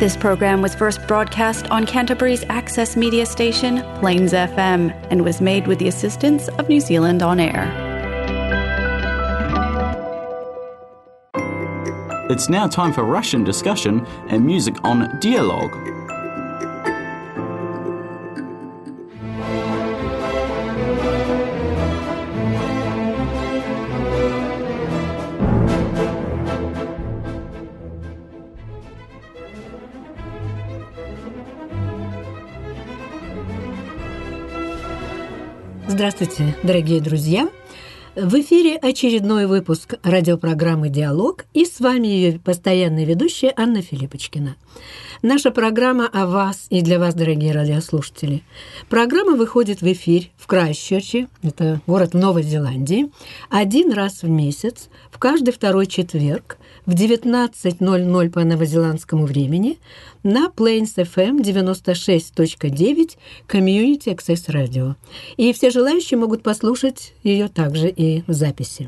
This program was first broadcast on Canterbury's access media station, Plains FM, and was made with the assistance of New Zealand On Air. It's now time for Russian discussion and music on Dialogue. Здравствуйте, дорогие друзья! В эфире очередной выпуск радиопрограммы «Диалог», и с вами ее постоянная ведущая Анна Филиппочкина. Наша программа о вас и для вас, дорогие радиослушатели. Программа выходит в эфир в Крайстчерче, это город в Новой Зеландии, один раз в месяц, в каждый второй четверг, в 19:00 по новозеландскому времени на Plains FM 96.9 Community Access Radio. И все желающие могут послушать ее также и в записи.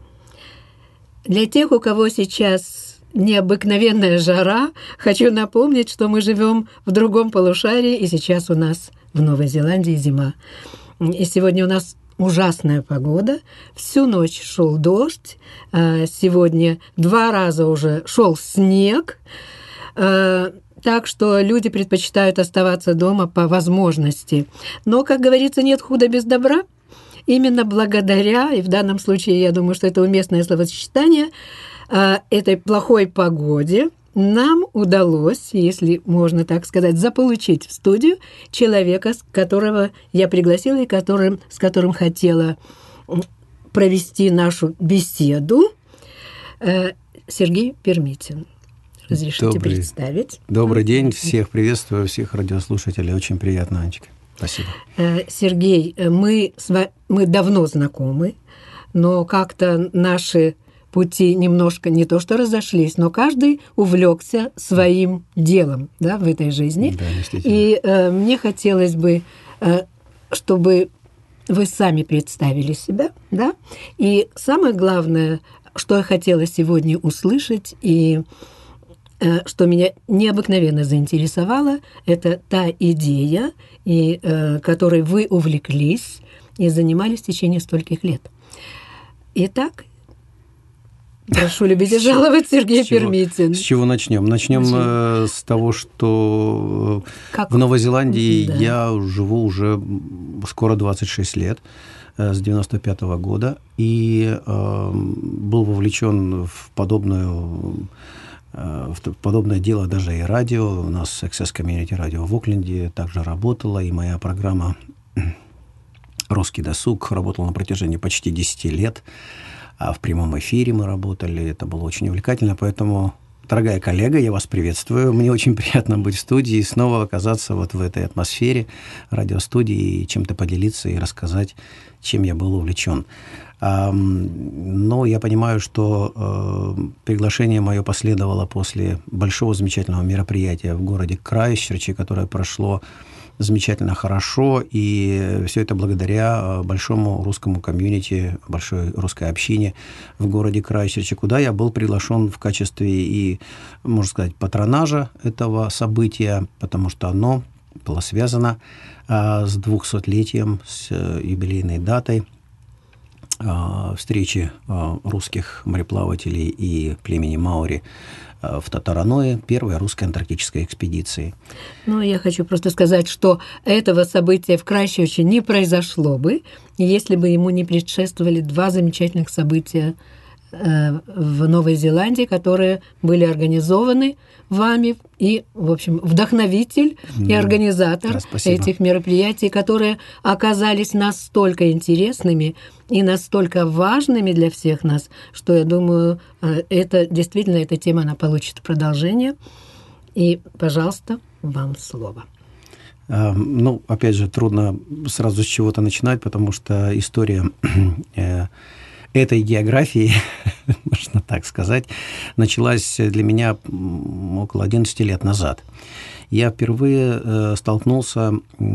Для тех, у кого сейчас необыкновенная жара, хочу напомнить, что мы живем в другом полушарии, и сейчас у нас в Новой Зеландии зима. И сегодня у нас ужасная погода. Всю ночь шел дождь. Сегодня 2 раза уже шел снег. Так что люди предпочитают оставаться дома по возможности. Но, как говорится, нет худа без добра. Именно благодаря, и в данном случае, я думаю, что это уместное словосочетание, этой плохой погоде нам удалось, если можно так сказать, заполучить в студию человека, которого я пригласила и с которым хотела провести нашу беседу, Сергей Пермитин. Разрешите представить? Добрый день, всех приветствую, всех радиослушателей. Очень приятно, Анечка. Спасибо. Сергей, мы давно знакомы, но как-то наши пути немножко не то что разошлись, но каждый увлекся своим делом, да, в этой жизни. Да, действительно. И мне хотелось бы, чтобы вы сами представили себя, да, и самое главное, что я хотела сегодня услышать, и что меня необыкновенно заинтересовало, это та идея, которой вы увлеклись и занимались в течение стольких лет. Итак, прошу любить и жаловать, Сергей Пермитин. С чего начнем? Начнем с того, что в Новой Зеландии я живу уже скоро 26 лет, с 95-го года, и был вовлечен в подобное дело даже и радио. У нас Access Community Radio в Окленде также работала, и моя программа «Русский досуг» работала на протяжении почти 10 лет. А в прямом эфире мы работали, это было очень увлекательно, поэтому, дорогая коллега, я вас приветствую. Мне очень приятно быть в студии и снова оказаться вот в этой атмосфере радиостудии и чем-то поделиться и рассказать, чем я был увлечен. Но я понимаю, что приглашение мое последовало после большого замечательного мероприятия в городе Крайстчерче, которое прошло замечательно хорошо, и все это благодаря большому русскому комьюнити, большой русской общине в городе Крайстчерче, куда я был приглашен в качестве и, можно сказать, патронажа этого события, потому что оно было связано с 200-летием, с юбилейной датой встречи русских мореплавателей и племени Маори в Татараное, первой русской антарктической экспедиции. Ну, я хочу просто сказать, что этого события в Крайстчерче не произошло бы, если бы ему не предшествовали 2 замечательных события в Новой Зеландии, которые были организованы вами, и, в общем, вдохновитель и организатор этих мероприятий, которые оказались настолько интересными и настолько важными для всех нас, что, я думаю, действительно, эта тема, она получит продолжение. И, пожалуйста, вам слово. Ну, опять же, трудно сразу с чего-то начинать, потому что история этой географии, можно так сказать, началась для меня около 11 лет назад. я впервые столкнулся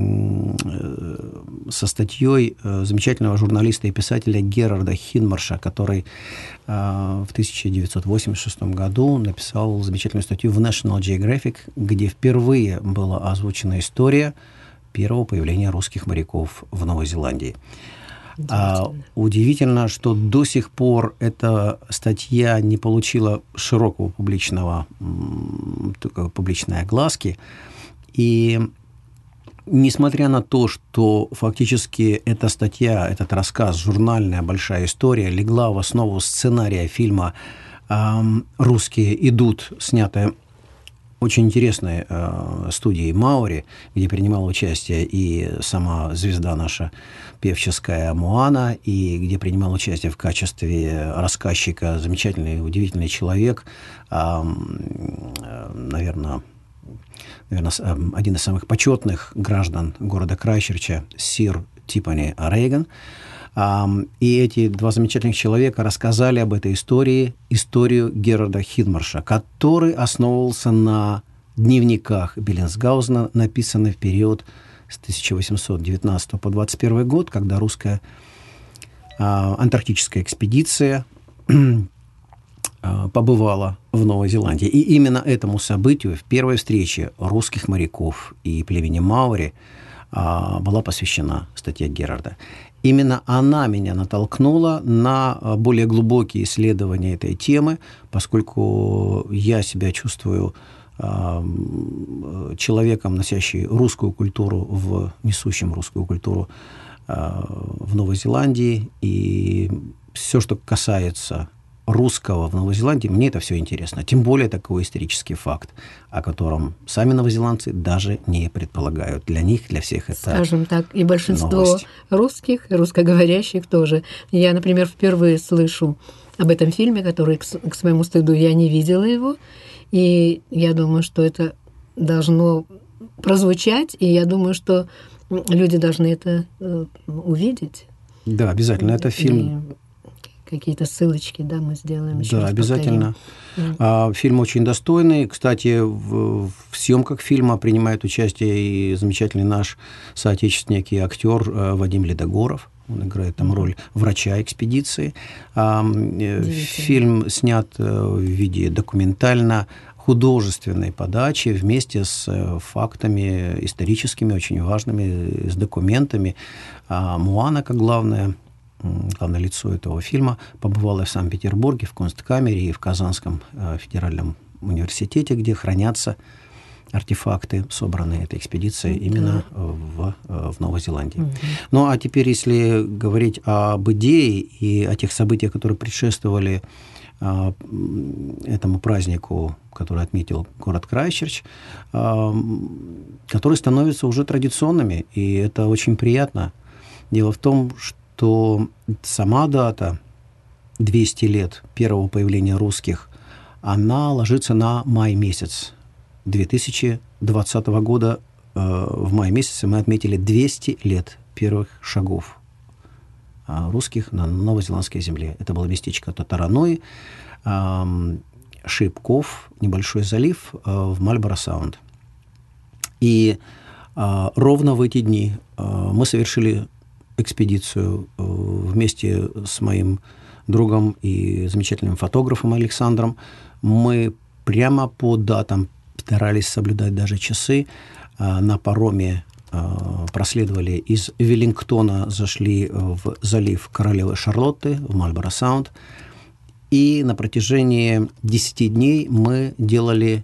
со статьей замечательного журналиста и писателя Герарда Хинмарша, который в 1986 году написал замечательную статью в National Geographic, где впервые была озвучена история первого появления русских моряков в Новой Зеландии. Удивительно, что до сих пор эта статья не получила широкого публичной огласки. И несмотря на то, что фактически эта статья, этот рассказ, журнальная большая история, легла в основу сценария фильма «Русские идут», снятая очень интересной студией Маури, где принимала участие и сама звезда наша певческая Моана, и где принимал участие в качестве рассказчика замечательный, удивительный человек, наверное, один из самых почетных граждан города Крайстчерча, сир Типани Рейган. И эти два замечательных человека рассказали об этой историю Герарда Хинмарша, который основывался на дневниках Беллинсгаузена, написанных в период с 1819 по 1821 год, когда русская антарктическая экспедиция побывала в Новой Зеландии. И именно этому событию, в первой встрече русских моряков и племени Маори, была посвящена статья Герарда. Именно она меня натолкнула на более глубокие исследования этой темы, поскольку я себя чувствую человеком, несущим русскую культуру в Новой Зеландии. И все, что касается русского в Новой Зеландии, мне это все интересно. Тем более такой исторический факт, о котором сами новозеландцы даже не предполагают. Для них, для всех это скажем так, и большинство новость. Русских, и русскоговорящих тоже. Я, например, впервые слышу об этом фильме, который, к своему стыду, я не видела его, и я думаю, что это должно прозвучать, и я думаю, что люди должны это увидеть. Да, обязательно. Это фильм... Какие-то ссылочки, да, мы сделаем еще. Да, обязательно. Фильм очень достойный. Кстати, в съемках фильма принимает участие и замечательный наш соотечественник и актер Вадим Ледогоров. Он играет там роль врача экспедиции. Фильм снят в виде документально-художественной подачи вместе с фактами историческими, очень важными, с документами. Моана, как главное лицо этого фильма, побывала в Санкт-Петербурге, в Кунсткамере и в Казанском федеральном университете, где хранятся артефакты, собранные этой экспедицией именно в Новой Зеландии. Ну, а теперь, если говорить об идее и о тех событиях, которые предшествовали этому празднику, который отметил город Крайстчерч, которые становятся уже традиционными, и это очень приятно. Дело в том, что сама дата 200 лет первого появления русских, она ложится на май месяц 2020 года. В мае месяце мы отметили 200 лет первых шагов русских на новозеландской земле. Это было местечко Татараной, Шипков, небольшой залив в Мальборо-Саунд. И ровно в эти дни мы совершили экспедицию вместе с моим другом и замечательным фотографом Александром. Мы прямо по датам старались соблюдать даже часы. На пароме проследовали из Веллингтона, зашли в залив Королевы Шарлотты в Мальборо-Саунд. И на протяжении 10 дней мы делали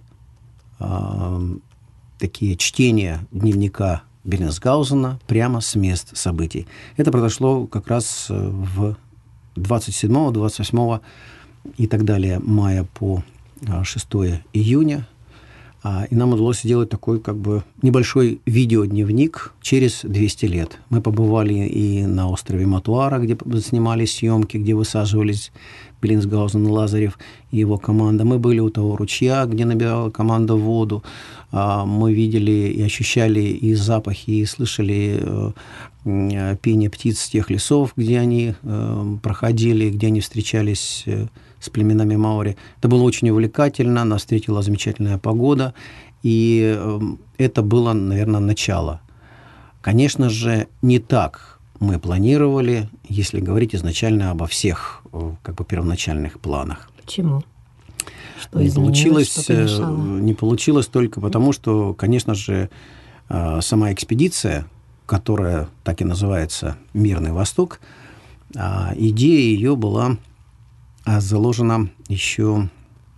такие чтения дневника Беллинсгаузена прямо с мест событий. Это произошло как раз в 27, 28 и так далее мая по 6 июня. И нам удалось сделать такой как бы небольшой видеодневник через 200 лет. Мы побывали и на острове Матуара, где снимали съемки, где высаживались Беллинсгаузен, Лазарев и его команда. Мы были у того ручья, где набирала команда воду. Мы видели и ощущали и запахи, и слышали пение птиц с тех лесов, где они проходили, где они встречались с племенами Маори. Это было очень увлекательно, нас встретила замечательная погода, И это было, наверное, начало. Конечно же, не так мы планировали, если говорить изначально обо всех как бы первоначальных планах. Почему? Что Не изменилось, что помешало? Не получилось только потому, что, конечно же, сама экспедиция, которая так и называется «Мирный Восток», идея ее была заложена еще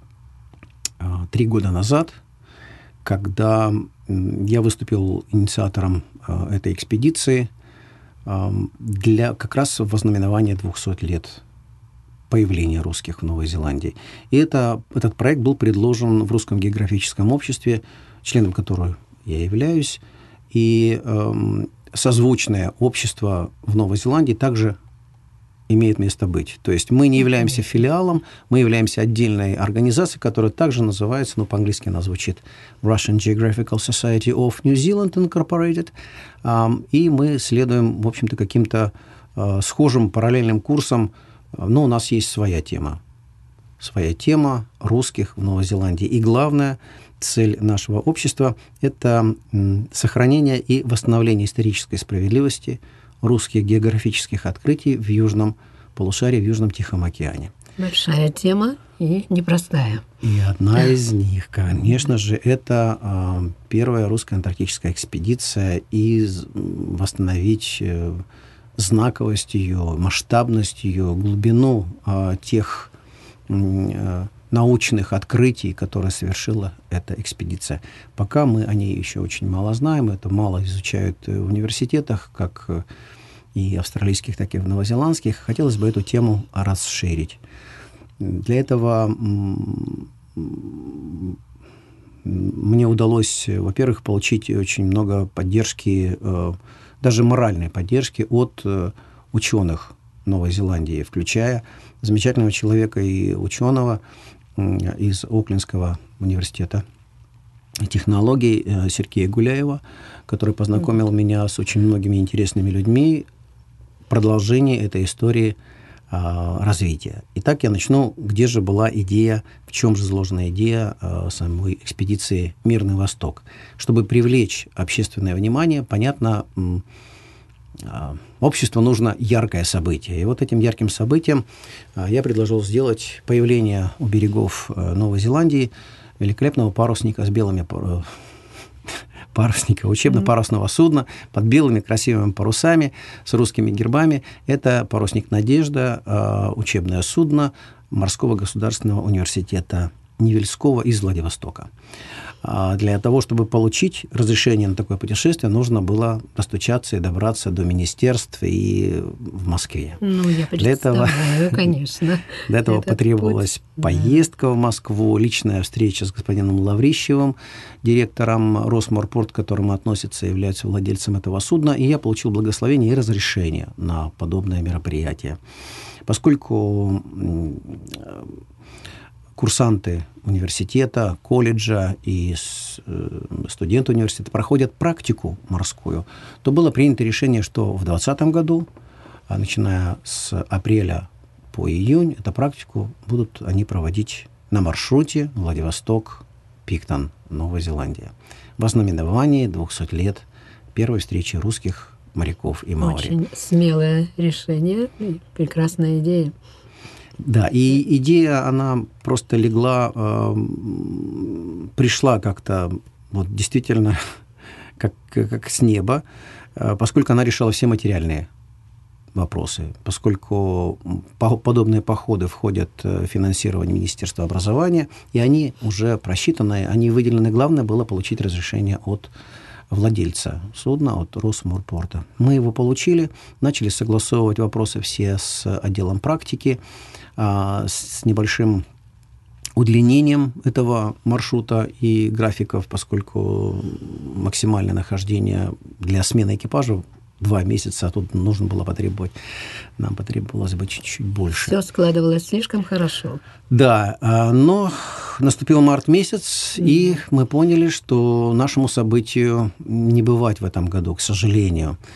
3 года назад, когда я выступил инициатором этой экспедиции для как раз вознаменования 200 лет появления русских в Новой Зеландии. И этот проект был предложен в Русском географическом обществе, членом которого я являюсь, и созвучное общество в Новой Зеландии также имеет место быть. То есть мы не являемся филиалом, мы являемся отдельной организацией, которая также называется, по-английски она звучит Russian Geographical Society of New Zealand Incorporated, и мы следуем, в общем-то, каким-то схожим параллельным курсом, но у нас есть своя тема русских в Новой Зеландии. И главная цель нашего общества – это сохранение и восстановление исторической справедливости русских географических открытий в южном полушарии, в Южном Тихом океане. Большая тема и непростая. И одна из них, конечно же, это первая русская антарктическая экспедиция, и восстановить знаковость ее, масштабность ее, глубину тех научных открытий, которые совершила эта экспедиция. Пока мы о ней еще очень мало знаем, это мало изучают в университетах, как и австралийских, так и в новозеландских. Хотелось бы эту тему расширить. Для этого мне удалось, во-первых, получить очень много поддержки, даже моральной поддержки от ученых Новой Зеландии, включая замечательного человека и ученого из Оклендского университета технологий Сергея Гуляева, который познакомил меня с очень многими интересными людьми. Продолжение этой истории развития. Итак, я начну. Где же была идея, в чем же заложена идея самой экспедиции «Мирный Восток»? Чтобы привлечь общественное внимание, понятно, обществу нужно яркое событие. И вот этим ярким событием я предложил сделать появление у берегов Новой Зеландии великолепного парусника с белыми парусника, учебно-парусного судна под белыми красивыми парусами с русскими гербами. Это парусник «Надежда», учебное судно Морского государственного университета Невельского из Владивостока. Для того, чтобы получить разрешение на такое путешествие, нужно было достучаться и добраться до министерств и в Москве. Я представляю, конечно. Для этого потребовалась поездка в Москву, личная встреча с господином Лаврищевым, директором Росморпорт, к которому относится и является владельцем этого судна, и я получил благословение и разрешение на подобное мероприятие. Поскольку курсанты университета, колледжа и студенты университета проходят практику морскую, то было принято решение, что в 2020 году, начиная с апреля по июнь, эту практику будут они проводить на маршруте Владивосток-Пиктон, Новая Зеландия. В ознаменовании 200 лет первой встречи русских моряков и маори. Очень смелое решение и прекрасная идея. Да, и идея, она просто легла, пришла как-то вот действительно как с неба, поскольку она решала все материальные вопросы, поскольку подобные походы входят в финансирование Министерства образования, и они уже просчитаны, они выделены. Главное было получить разрешение от владельца судна, от Росморпорта. Мы его получили, начали согласовывать вопросы все с отделом практики, с небольшим удлинением этого маршрута и графиков, поскольку максимальное нахождение для смены экипажа 2 месяца, а тут нужно было нам потребовалось бы чуть-чуть больше. Все складывалось слишком хорошо. Да, но наступил март месяц, и мы поняли, что нашему событию не бывать в этом году, к сожалению.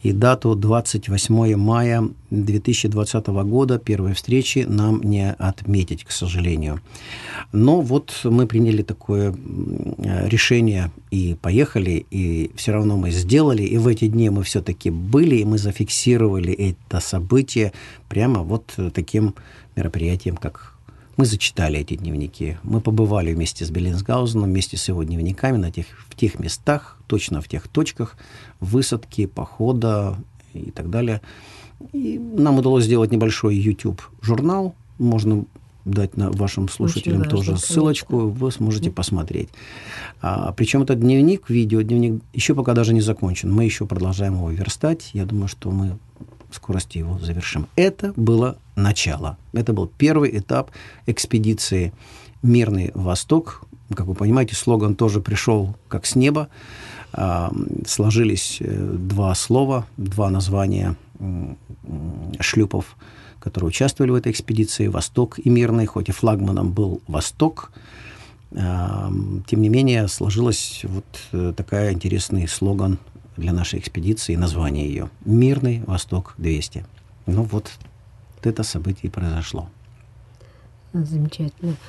И дату 28 мая 2020 года первой встречи нам не отметить, к сожалению. Но вот мы приняли такое решение и поехали, и все равно мы сделали, и в эти дни мы все-таки были, и мы зафиксировали это событие прямо вот таким мероприятием, как мы зачитали эти дневники. Мы побывали вместе с Беллинсгаузеном, вместе с его дневниками в тех местах, точно в тех точках высадки, похода и так далее. И нам удалось сделать небольшой YouTube-журнал. Можно дать вашим слушателям тоже ссылочку, вы сможете посмотреть. Причем этот дневник, видеодневник, еще пока даже не закончен. Мы еще продолжаем его верстать. Я думаю, что мы в скорости его завершим. Это было начало. Это был первый этап экспедиции «Мирный Восток». Как вы понимаете, слоган тоже пришел как с неба. Сложились два слова, два названия шлюпов, которые участвовали в этой экспедиции, «Восток» и «Мирный», хоть и флагманом был «Восток». Тем не менее, сложилась вот такая интересный слоган для нашей экспедиции, название ее «Мирный Восток-200». Ну вот это событие и произошло. Замечательно.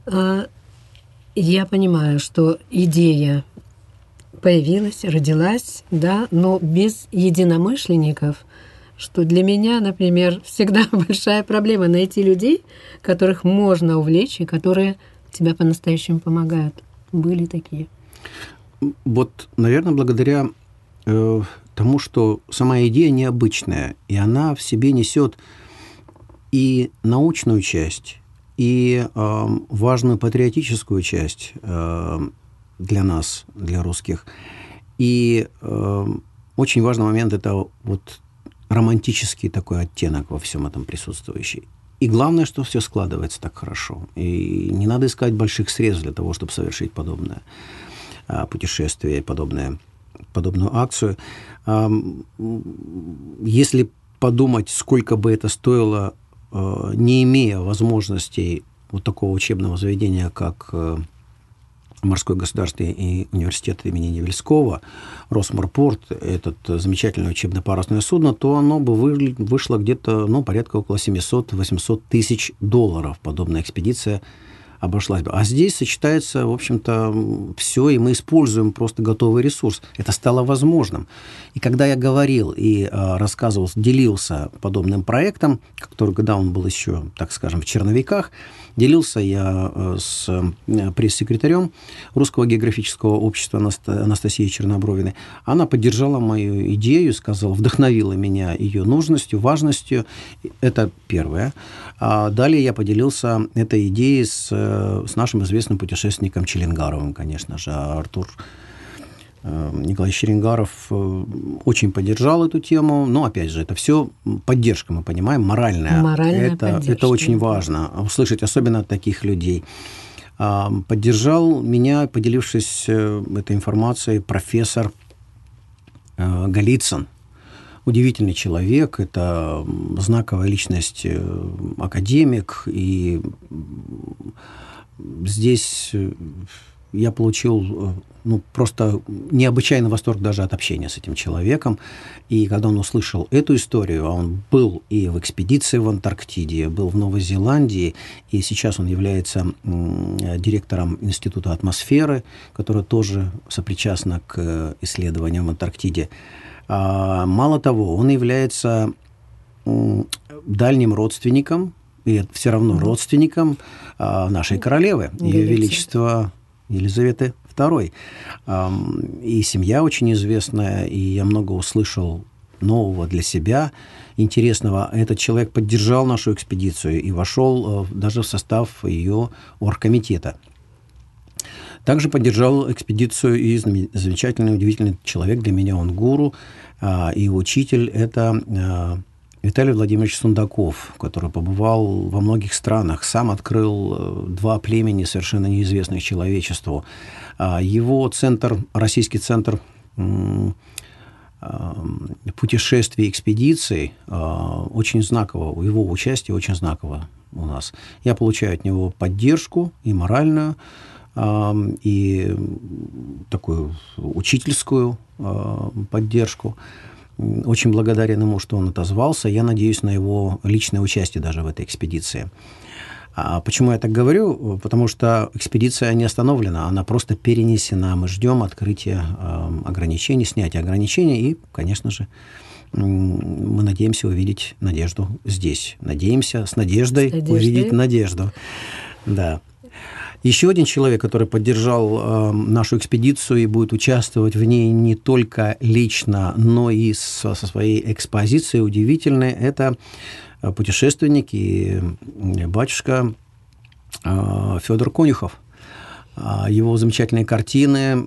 Я понимаю, что идея появилась, родилась, да, но без единомышленников, что для меня, например, всегда большая проблема найти людей, которых можно увлечь и которые тебя по-настоящему помогают. Были такие? Вот, наверное, благодаря тому, что сама идея необычная, и она в себе несет и научную часть, и важную патриотическую часть для нас, для русских. И очень важный момент – это вот романтический такой оттенок во всем этом присутствующий. И главное, что все складывается так хорошо. И не надо искать больших средств для того, чтобы совершить подобное путешествие, подобную акцию. Если подумать, сколько бы это стоило, не имея возможностей вот такого учебного заведения, как Морской государственный университет имени Невельского, Росморпорт, этот замечательное учебно-парусное судно, то оно бы вышло где-то, порядка около 700-800 тысяч долларов. Подобная экспедиция обошлась бы. А здесь сочетается, в общем-то, все, и мы используем просто готовый ресурс. Это стало возможным. И когда я говорил и рассказывал, делился подобным проектом, который, когда он был еще, так скажем, в черновиках, делился я с пресс-секретарем Русского географического общества Анастасией Чернобровиной. Она поддержала мою идею, сказала, вдохновила меня ее нужностью, важностью. Это первое. А далее я поделился этой идеей с нашим известным путешественником Челенгаровым, конечно же. Артур Николаевич Челенгаров очень поддержал эту тему, но, опять же, это все поддержка, мы понимаем, моральная. Это очень важно, услышать, особенно от таких людей. Поддержал меня, поделившись этой информацией, профессор Голицын. Удивительный человек, это знаковая личность, академик, и здесь я получил просто необычайный восторг даже от общения с этим человеком. И когда он услышал эту историю, а он был и в экспедиции в Антарктиде, был в Новой Зеландии, и сейчас он является директором Института атмосферы, который тоже сопричастна к исследованиям в Антарктиде. Мало того, он является дальним родственником, и все равно родственником нашей королевы, Ее Величества Елизаветы II. И семья очень известная, и я много услышал нового для себя, интересного. Этот человек поддержал нашу экспедицию и вошел даже в состав ее оргкомитета. Также поддержал экспедицию и замечательный, удивительный человек, для меня он гуру и учитель, это Виталий Владимирович Сундаков, который побывал во многих странах, сам открыл 2 племени, совершенно неизвестных человечеству. Его центр, Российский центр путешествий и экспедиций, очень знаково, его участие очень знаково у нас. Я получаю от него поддержку и моральную, и такую учительскую поддержку. очень благодарен ему, что он отозвался. Я надеюсь на его личное участие даже в этой экспедиции. А почему я так говорю? Потому что экспедиция не остановлена, она просто перенесена. Мы ждем открытия ограничений, снятия ограничений и, конечно же, мы надеемся увидеть Надежду здесь. Надеемся с надеждой увидеть Надежду. Да. Еще один человек, который поддержал нашу экспедицию и будет участвовать в ней не только лично, но и со своей экспозицией удивительной, это путешественник и батюшка Федор Конюхов. Его замечательные картины,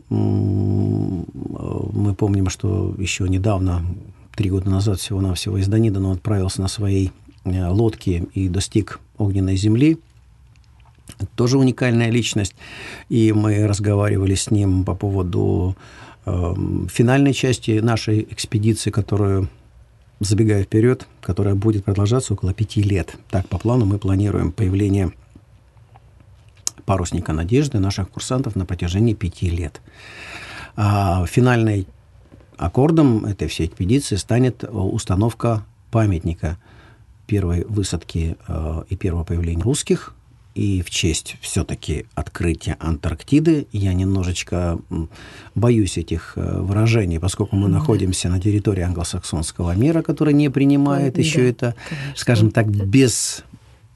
мы помним, что еще недавно, 3 года назад всего-навсего из Донидана он отправился на своей лодке и достиг огненной земли. Тоже уникальная личность. И мы разговаривали с ним по поводу финальной части нашей экспедиции, которую, забегая вперед, которая будет продолжаться около 5 лет. Так, по плану мы планируем появление парусника «Надежды» наших курсантов на протяжении 5 лет. А финальной аккордом этой всей экспедиции станет установка памятника первой высадки и первого появления русских. И в честь все-таки открытия Антарктиды я немножечко боюсь этих выражений, поскольку мы находимся на территории англосаксонского мира, который не принимает еще это, конечно, скажем так, без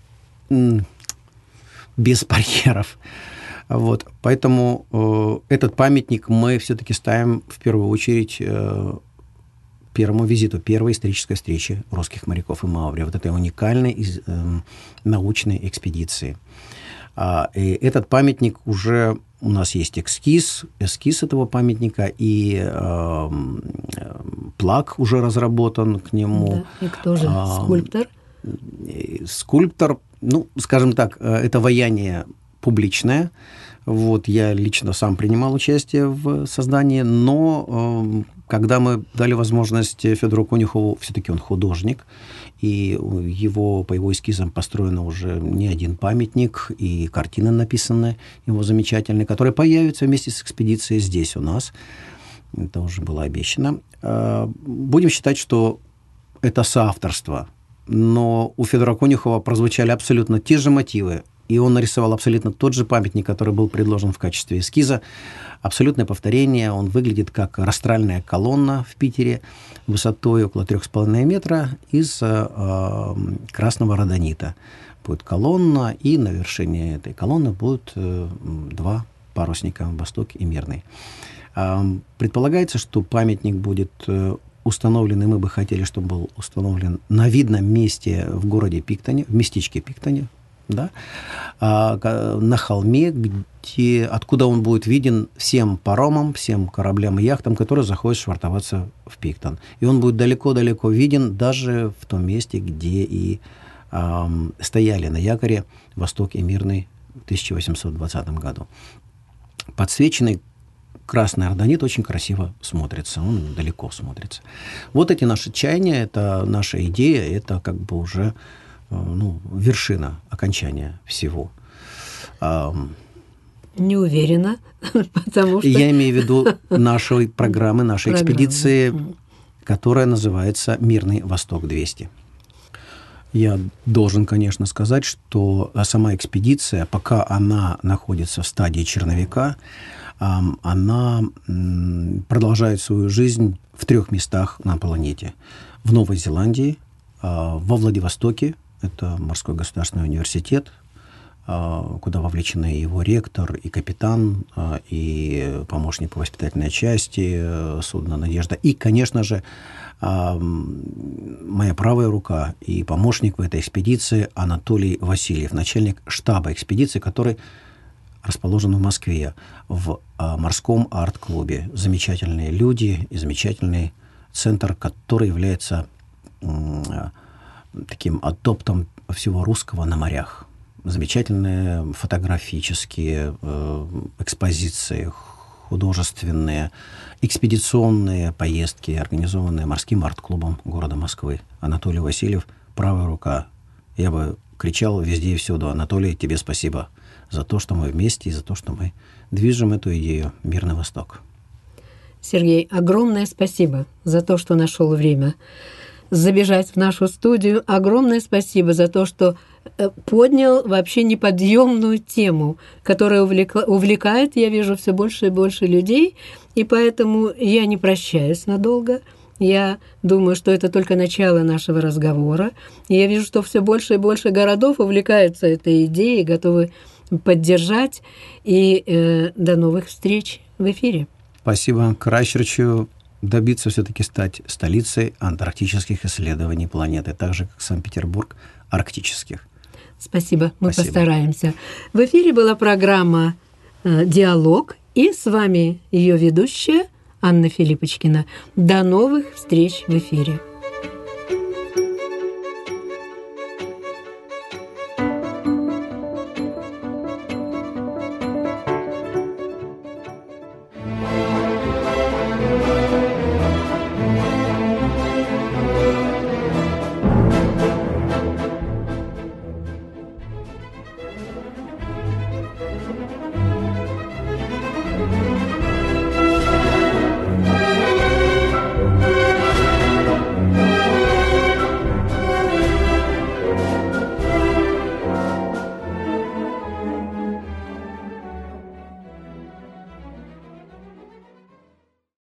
барьеров. Вот. Поэтому этот памятник мы все-таки ставим в первую очередь первому визиту, первой исторической встречи русских моряков и маори, вот этой уникальной научной экспедиции. И этот памятник уже, у нас есть эскиз этого памятника, и плак уже разработан к нему. Да. И кто же скульптор? Скульптор, скажем так, это ваяние публичное. Вот, я лично сам принимал участие в создании, но когда мы дали возможность Федору Конюхову, все-таки он художник, и по его эскизам построено уже не один памятник, и картины написаны его замечательные, которые появятся вместе с экспедицией здесь у нас. Это уже было обещано. Будем считать, что это соавторство, но у Федора Конюхова прозвучали абсолютно те же мотивы, и он нарисовал абсолютно тот же памятник, который был предложен в качестве эскиза. Абсолютное повторение. Он выглядит как растральная колонна в Питере высотой около 3,5 метра из красного родонита. Будет колонна, и на вершине этой колонны будут 2 парусника, «Восток» и «Мирный». Предполагается, что памятник будет установлен, и мы бы хотели, чтобы был установлен на видном месте в городе Пиктоне, в местечке Пиктоне, да, на холме, откуда он будет виден всем паромам, всем кораблям и яхтам, которые заходят швартоваться в Пиктон. И он будет далеко-далеко виден даже в том месте, где и стояли на якоре «Восток» и «Мирный» в 1820 году. Подсвеченный красный родонит очень красиво смотрится, он далеко смотрится. Вот эти наши чаяния, это наша идея, это как бы уже вершина окончания всего. Не уверена, потому что... Я имею в виду нашей программы, нашей экспедиции, которая называется «Мирный Восток-200». Я должен, конечно, сказать, что сама экспедиция, пока она находится в стадии черновика, она продолжает свою жизнь в 3 местах на планете. В Новой Зеландии, во Владивостоке, это морской государственный университет, куда вовлечены его ректор и капитан, и помощник по воспитательной части судна «Надежда». И, конечно же, моя правая рука и помощник в этой экспедиции Анатолий Васильев, начальник штаба экспедиции, который расположен в Москве, в морском арт-клубе. Замечательные люди и замечательный центр, который является таким адоптом всего русского на морях. Замечательные фотографические экспозиции, художественные, экспедиционные поездки, организованные морским арт-клубом города Москвы. Анатолий Васильев, правая рука. Я бы кричал везде и всюду: Анатолий, тебе спасибо за то, что мы вместе, и за то, что мы движем эту идею «Мирный Восток». Сергей, огромное спасибо за то, что нашел время забежать в нашу студию. Огромное спасибо за то, что поднял вообще неподъемную тему, которая увлекает, я вижу, все больше и больше людей, и поэтому я не прощаюсь надолго. Я думаю, что это только начало нашего разговора. И я вижу, что все больше и больше городов увлекаются этой идеей, готовы поддержать. И до новых встреч в эфире. Спасибо. Крайстчерчу добиться все-таки стать столицей антарктических исследований планеты, так же, как Санкт-Петербург, арктических. Спасибо, мы Спасибо. постараемся. В эфире была программа «Диалог», и с вами ее ведущая Анна Филиппочкина. До новых встреч в эфире.